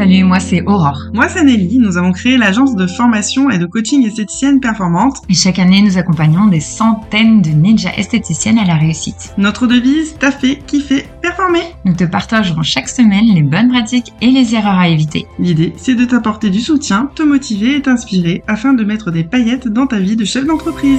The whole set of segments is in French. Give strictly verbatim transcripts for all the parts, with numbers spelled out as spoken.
Salut, moi c'est Aurore. Moi c'est Nelly, nous avons créé l'agence de formation et de coaching esthéticienne performante. Et chaque année, nous accompagnons des centaines de ninjas esthéticiennes à la réussite. Notre devise, taffer, kiffer, performer. Nous te partagerons chaque semaine les bonnes pratiques et les erreurs à éviter. L'idée, c'est de t'apporter du soutien, te motiver et t'inspirer afin de mettre des paillettes dans ta vie de chef d'entreprise.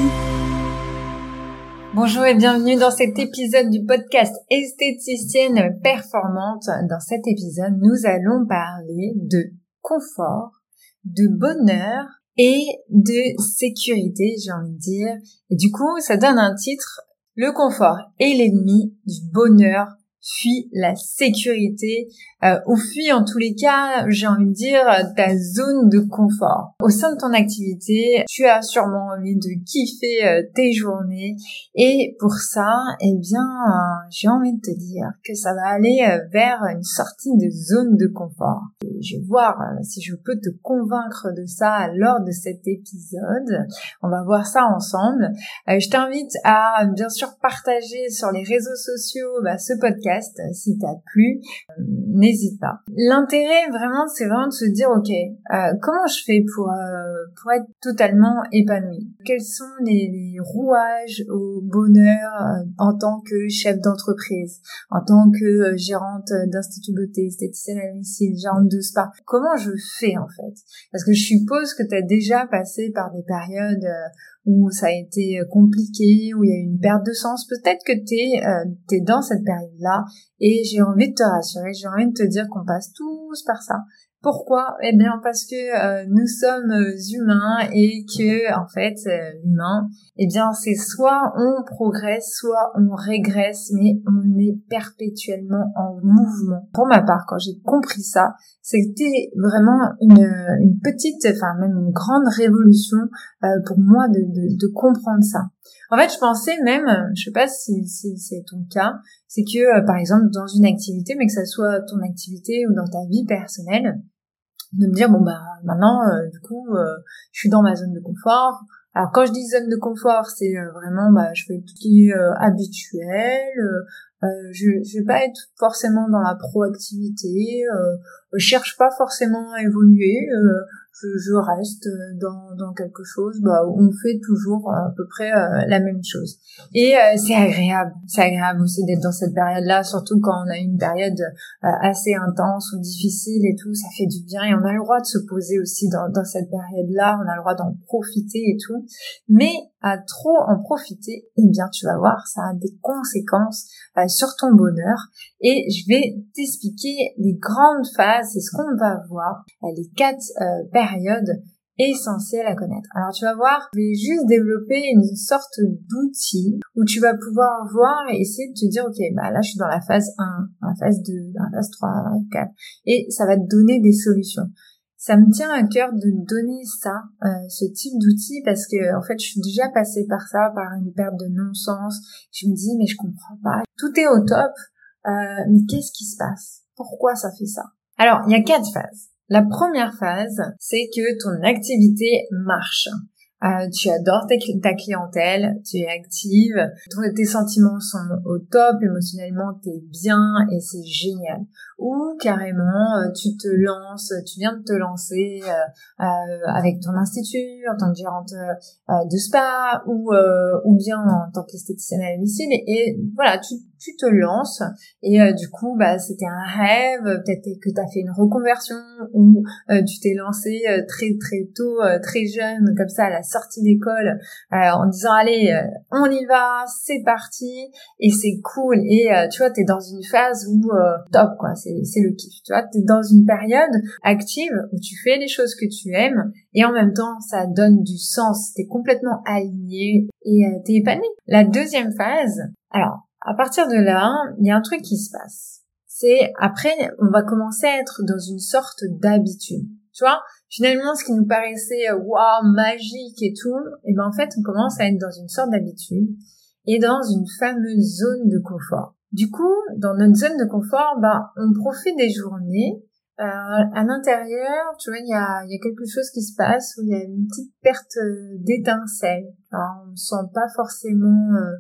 Bonjour et bienvenue dans cet épisode du podcast Esthéticienne Performante. Dans cet épisode, nous allons parler de confort, de bonheur et de sécurité, j'ai envie de dire. Et du coup, ça donne un titre, le confort est l'ennemi du bonheur, fuis la sécurité, euh, ou fuis en tous les cas, j'ai envie de dire, ta zone de confort. Au sein de ton activité, tu as sûrement envie de kiffer euh, tes journées, et pour ça, eh bien, euh, j'ai envie de te dire que ça va aller euh, vers une sortie de zone de confort. Et je vais voir euh, si je peux te convaincre de ça lors de cet épisode. On va voir ça ensemble. Euh, je t'invite à, bien sûr, partager sur les réseaux sociaux bah, ce podcast. Si t'as plu, euh, n'hésite pas. L'intérêt vraiment, c'est vraiment de se dire, ok, euh, comment je fais pour euh, pour être totalement épanouie? Quels sont les, les rouages au bonheur euh, en tant que chef d'entreprise, en tant que euh, gérante d'institut beauté, esthéticienne à domicile, gérante de spa? Comment je fais en fait? Parce que je suppose que t'as déjà passé par des périodes euh, où ça a été compliqué, où il y a eu une perte de sens. Peut-être que t'es euh, t'es dans cette période-là, et j'ai envie de te rassurer, j'ai envie de te dire qu'on passe tous par ça. Pourquoi? Eh bien parce que euh, nous sommes humains et que en fait euh, l'humain, eh bien c'est soit on progresse, soit on régresse, mais on est perpétuellement en mouvement. Pour ma part, quand j'ai compris ça, c'était vraiment une, une petite, enfin même une grande révolution euh, pour moi de, de, de comprendre ça. En fait, je pensais même, je sais pas si, si c'est ton cas, c'est que euh, par exemple dans une activité, mais que ça soit ton activité ou dans ta vie personnelle, de me dire bon bah maintenant euh, du coup euh, je suis dans ma zone de confort. Alors quand je dis zone de confort, c'est euh, vraiment bah je fais tout ce qui est euh, habituel, euh, euh, je je vais pas être forcément dans la proactivité, euh, je cherche pas forcément à évoluer, euh, je, je reste dans dans quelque chose bah où on fait toujours à peu près euh, la même chose. Et euh, c'est agréable, c'est agréable aussi d'être dans cette période-là, surtout quand on a une période euh, assez intense ou difficile et tout, ça fait du bien et on a le droit de se poser aussi dans dans cette période-là, on a le droit d'en profiter et tout. Mais à trop en profiter, eh bien tu vas voir, ça a des conséquences euh, sur ton bonheur, et je vais t'expliquer les grandes phases, c'est ce qu'on va voir, euh, les quatre euh, périodes essentielles à connaître. Alors tu vas voir, je vais juste développer une sorte d'outil où tu vas pouvoir voir et essayer de te dire, ok, bah là je suis dans la phase un, dans la phase deux, dans la phase trois, dans la phase quatre, et ça va te donner des solutions. Ça me tient à cœur de donner ça, euh, ce type d'outil, parce que en fait, je suis déjà passée par ça, par une perte de non-sens. Je me dis, mais je comprends pas. Tout est au top, euh, mais qu'est-ce qui se passe? Pourquoi ça fait ça? Alors, il y a quatre phases. La première phase, c'est que ton activité marche. Euh, tu adores ta, ta clientèle, tu es active, tes sentiments sont au top, émotionnellement t'es bien et c'est génial. Ou carrément euh, tu te lances, tu viens de te lancer euh, euh, avec ton institut en tant que gérante euh, de spa ou euh, ou bien en tant qu'esthéticienne à domicile, et, et voilà, tu tu te lances et euh, du coup bah c'était un rêve, peut-être que tu as fait une reconversion ou euh, tu t'es lancé euh, très très tôt, euh, très jeune comme ça à la sortie d'école euh, en disant allez euh, on y va, c'est parti, et c'est cool, et euh, tu vois t'es dans une phase où euh, top quoi, c'est c'est le kiff, tu vois, t'es dans une période active où tu fais les choses que tu aimes et en même temps ça donne du sens, t'es complètement aligné et euh, t'es épanoui. La deuxième phase, alors à partir de là, il y a un truc qui se passe. C'est après, on va commencer à être dans une sorte d'habitude. Tu vois, finalement, ce qui nous paraissait waouh, magique et tout, et ben en fait, on commence à être dans une sorte d'habitude et dans une fameuse zone de confort. Du coup, dans notre zone de confort, ben on profite des journées. Euh, à l'intérieur, tu vois, il y a, il y a quelque chose qui se passe où il y a une petite perte d'étincelle. Alors, on ne sent pas forcément euh,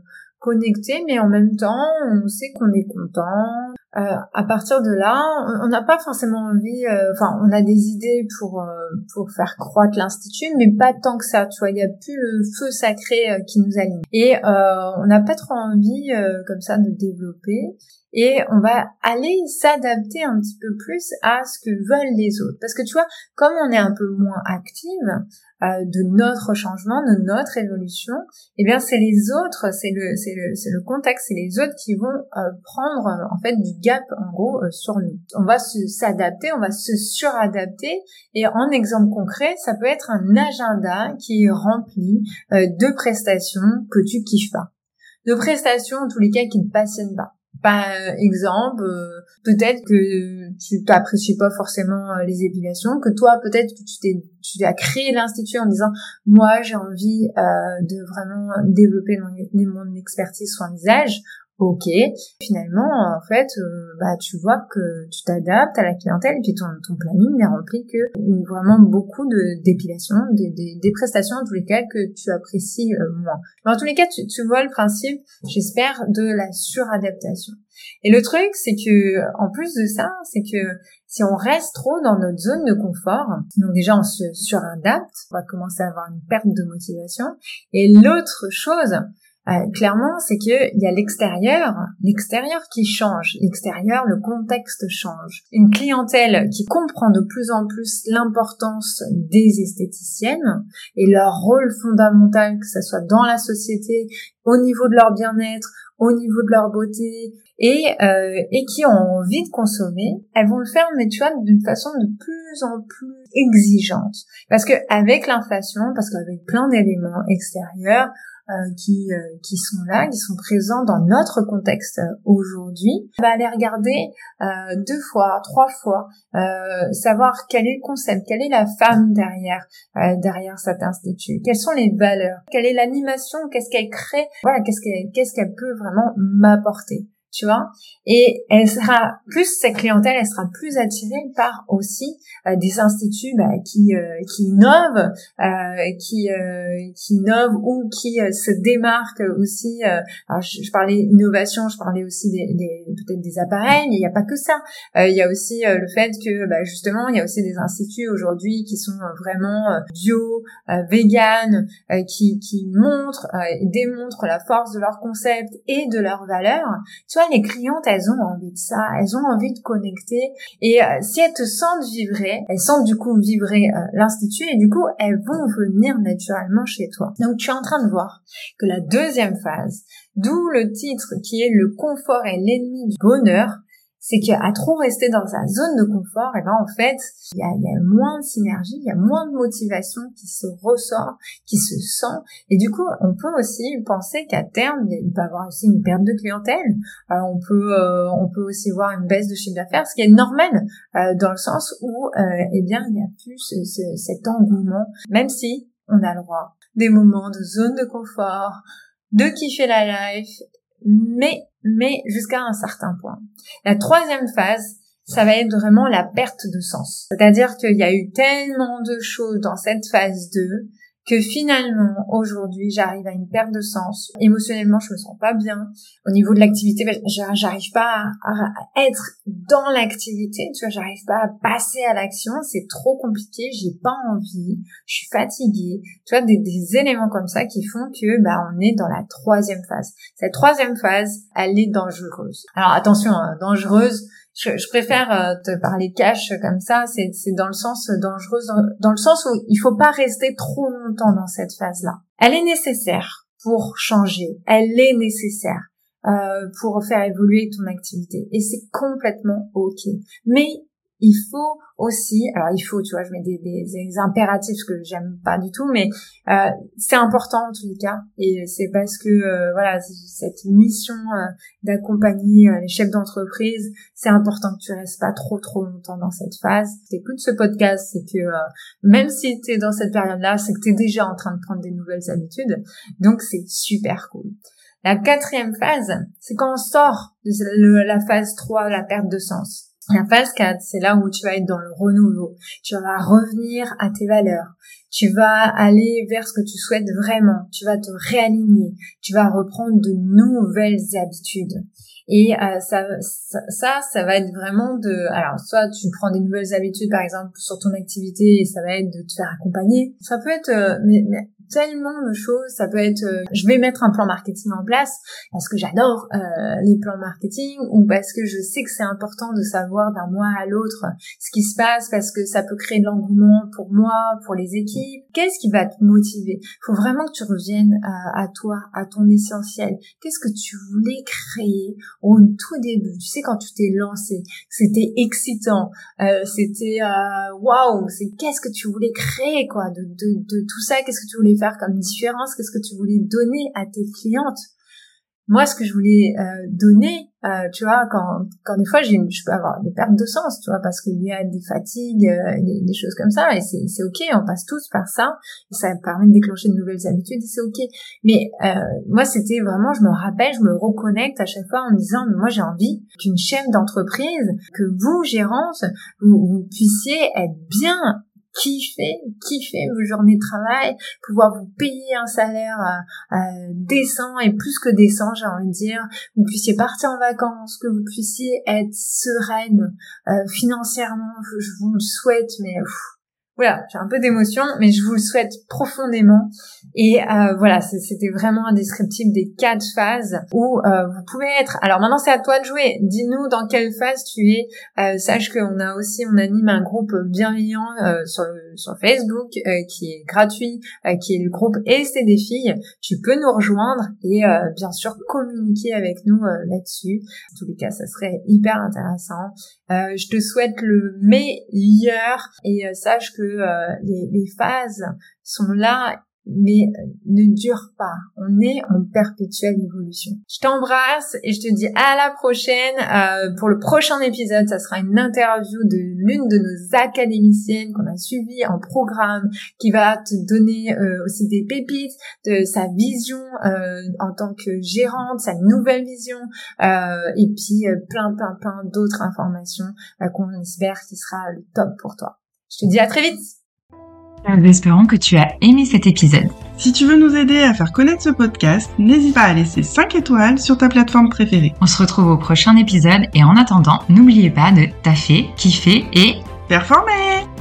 connecté, mais en même temps, on sait qu'on est content. Euh, à partir de là, on n'a pas forcément envie, euh, enfin, on a des idées pour euh, pour faire croître l'institut, mais pas tant que ça, tu vois. Il y a plus le feu sacré euh, qui nous anime, et euh, on n'a pas trop envie euh, comme ça de développer. Et on va aller s'adapter un petit peu plus à ce que veulent les autres. Parce que tu vois, comme on est un peu moins active euh, de notre changement, de notre évolution, eh bien c'est les autres, c'est le, c'est le, c'est le contexte, c'est les autres qui vont euh, prendre euh, en fait du gap en gros euh, sur nous. On va se, s'adapter, on va se suradapter. Et en exemple concret, ça peut être un agenda qui est rempli euh, de prestations que tu kiffes pas, de prestations en tous les cas qui ne passionnent pas. Par exemple, euh, peut-être que tu t'apprécies pas forcément euh, les épilations, que toi peut-être que tu t'es tu as créé l'institut en disant moi j'ai envie euh, de vraiment développer mon, mon expertise soin visage. Ok, finalement en fait euh, bah tu vois que tu t'adaptes à la clientèle et puis ton, ton planning n'est rempli que vraiment beaucoup de d'épilation, des, des, des prestations en tous les cas que tu apprécies euh, moins. Mais en tous les cas tu, tu vois le principe, j'espère, de la suradaptation. Et le truc c'est que en plus de ça, c'est que si on reste trop dans notre zone de confort, donc déjà on se suradapte, on va commencer à avoir une perte de motivation. Et l'autre chose, Euh, clairement, c'est que il y a l'extérieur, l'extérieur qui change. L'extérieur, le contexte change. Une clientèle qui comprend de plus en plus l'importance des esthéticiennes et leur rôle fondamental, que ce soit dans la société, au niveau de leur bien-être, au niveau de leur beauté, et euh, et qui ont envie de consommer, elles vont le faire, mais tu vois, d'une façon de plus en plus exigeante. Parce que avec l'inflation, parce qu'avec plein d'éléments extérieurs, Euh, qui euh, qui sont là, qui sont présents dans notre contexte euh, aujourd'hui, on va aller regarder euh, deux fois, trois fois, euh, savoir quel est le concept, quelle est la femme derrière euh, derrière cet institut, quelles sont les valeurs, quelle est l'animation, qu'est-ce qu'elle crée, voilà, qu'est-ce qu'elle qu'est-ce qu'elle peut vraiment m'apporter. Tu vois, et elle sera plus, cette clientèle, elle sera plus attirée par aussi euh, des instituts bah, qui euh, qui innovent, euh, qui euh, qui innovent ou qui euh, se démarquent aussi. Euh, alors je, je parlais innovation, je parlais aussi des, des peut-être des appareils, mais il n'y a pas que ça. Euh, il y a aussi euh, le fait que bah, justement, il y a aussi des instituts aujourd'hui qui sont euh, vraiment euh, bio, euh, vegan, euh, qui qui montrent euh, et démontrent la force de leur concept et de leurs valeurs. Tu vois, les clientes, elles ont envie de ça, elles ont envie de connecter, et euh, si elles te sentent vibrer, elles sentent du coup vibrer euh, l'institut, et du coup elles vont venir naturellement chez toi. Donc tu es en train de voir que la deuxième phase, d'où le titre qui est le confort est l'ennemi du bonheur, c'est qu'à trop rester dans sa zone de confort, et ben en fait, il y a, y a moins de synergie, il y a moins de motivation qui se ressort, qui se sent, et du coup, on peut aussi penser qu'à terme, il peut y avoir aussi une perte de clientèle. Alors, on peut, euh, on peut aussi voir une baisse de chiffre d'affaires, ce qui est normal euh, dans le sens où, euh, eh bien, il y a plus ce, ce, cet engouement, même si on a le droit des moments de zone de confort, de kiffer la life, mais mais jusqu'à un certain point. La troisième phase, ça va être vraiment la perte de sens. C'est-à-dire qu'il y a eu tellement de choses dans cette phase deux que finalement, aujourd'hui, j'arrive à une perte de sens. Émotionnellement, je me sens pas bien. Au niveau de l'activité, j'arrive pas à, à être dans l'activité, tu vois, j'arrive pas à passer à l'action. C'est trop compliqué, j'ai pas envie, je suis fatiguée. Tu vois, des, des éléments comme ça qui font que, bah, on est dans la troisième phase. Cette troisième phase, elle est dangereuse. Alors, attention, hein, dangereuse, Je, je préfère euh, te parler cash comme ça, c'est, c'est dans le sens dangereuse, dans, dans le sens où il faut pas rester trop longtemps dans cette phase-là. Elle est nécessaire pour changer, elle est nécessaire euh, pour faire évoluer ton activité, et c'est complètement ok. Mais il faut aussi, alors il faut, tu vois, je mets des, des, des impératifs que j'aime pas du tout, mais euh, c'est important en tous les cas, et c'est parce que euh, voilà, cette mission euh, d'accompagner euh, les chefs d'entreprise, c'est important que tu restes pas trop trop longtemps dans cette phase. Si t'écoutes ce podcast, c'est que euh, même si t'es dans cette période-là, c'est que t'es déjà en train de prendre des nouvelles habitudes, donc c'est super cool. La quatrième phase, c'est quand on sort de la phase trois, la perte de sens. La phase quatre, c'est là où tu vas être dans le renouveau. Tu vas revenir à tes valeurs. Tu vas aller vers ce que tu souhaites vraiment. Tu vas te réaligner. Tu vas reprendre de nouvelles habitudes. Et euh, ça, ça, ça, ça va être vraiment de... Alors, soit tu prends des nouvelles habitudes, par exemple, sur ton activité, et ça va être de te faire accompagner. Ça peut être... Euh, mais, mais tellement de choses. Ça peut être... Euh, je vais mettre un plan marketing en place parce que j'adore euh, les plans marketing ou parce que je sais que c'est important de savoir d'un mois à l'autre ce qui se passe parce que ça peut créer de l'engouement pour moi, pour les équipes. Qu'est-ce qui va te motiver? Il faut vraiment que tu reviennes à, à toi, à ton essentiel. Qu'est-ce que tu voulais créer au tout début? Tu sais, quand tu t'es lancé, c'était excitant, euh, c'était waouh, wow, c'est qu'est-ce que tu voulais créer quoi de, de, de tout ça? Qu'est-ce que tu voulais faire comme différence? Qu'est-ce que tu voulais donner à tes clientes? Moi, ce que je voulais euh, donner, euh, tu vois, quand quand des fois j'ai, je peux avoir des pertes de sens, tu vois, parce qu'il y a des fatigues, euh, des, des choses comme ça, et c'est c'est ok, on passe tous par ça, et ça permet de déclencher de nouvelles habitudes, et c'est ok. Mais euh, moi, c'était vraiment, je me rappelle, je me reconnecte à chaque fois en me disant, mais moi j'ai envie qu'une chef d'entreprise, que vous, gérante, vous, vous puissiez être bien, kiffer, kiffer vos journées de travail, pouvoir vous payer un salaire euh, euh, décent et plus que décent, j'ai envie de dire, vous puissiez partir en vacances, que vous puissiez être sereine euh, financièrement, je, je vous le souhaite, mais pff, voilà, j'ai un peu d'émotion, mais je vous le souhaite profondément. Et euh, voilà, c'était vraiment un descriptif des quatre phases où euh, vous pouvez être. Alors maintenant, c'est à toi de jouer. Dis-nous dans quelle phase tu es. Euh, sache qu'on a aussi, on anime un groupe bienveillant euh, sur sur Facebook euh, qui est gratuit, euh, qui est le groupe Et c'est des filles. Tu peux nous rejoindre et euh, bien sûr communiquer avec nous euh, là-dessus. En tous les cas, ça serait hyper intéressant. Euh, je te souhaite le meilleur et euh, sache que euh, les, les phases sont là mais ne durent pas. On est en perpétuelle évolution. Je t'embrasse et je te dis à la prochaine. Euh, pour le prochain épisode, ça sera une interview de l'une de nos académiciennes qu'on a suivies en programme, qui va te donner euh, aussi des pépites de sa vision euh, en tant que gérante, sa nouvelle vision, euh, et puis euh, plein, plein, plein d'autres informations euh, qu'on espère qui sera le top pour toi. Je te dis à très vite. Nous espérons que tu as aimé cet épisode. Si tu veux nous aider à faire connaître ce podcast, n'hésite pas à laisser cinq étoiles sur ta plateforme préférée. On se retrouve au prochain épisode et en attendant, n'oubliez pas de taffer, kiffer et performer!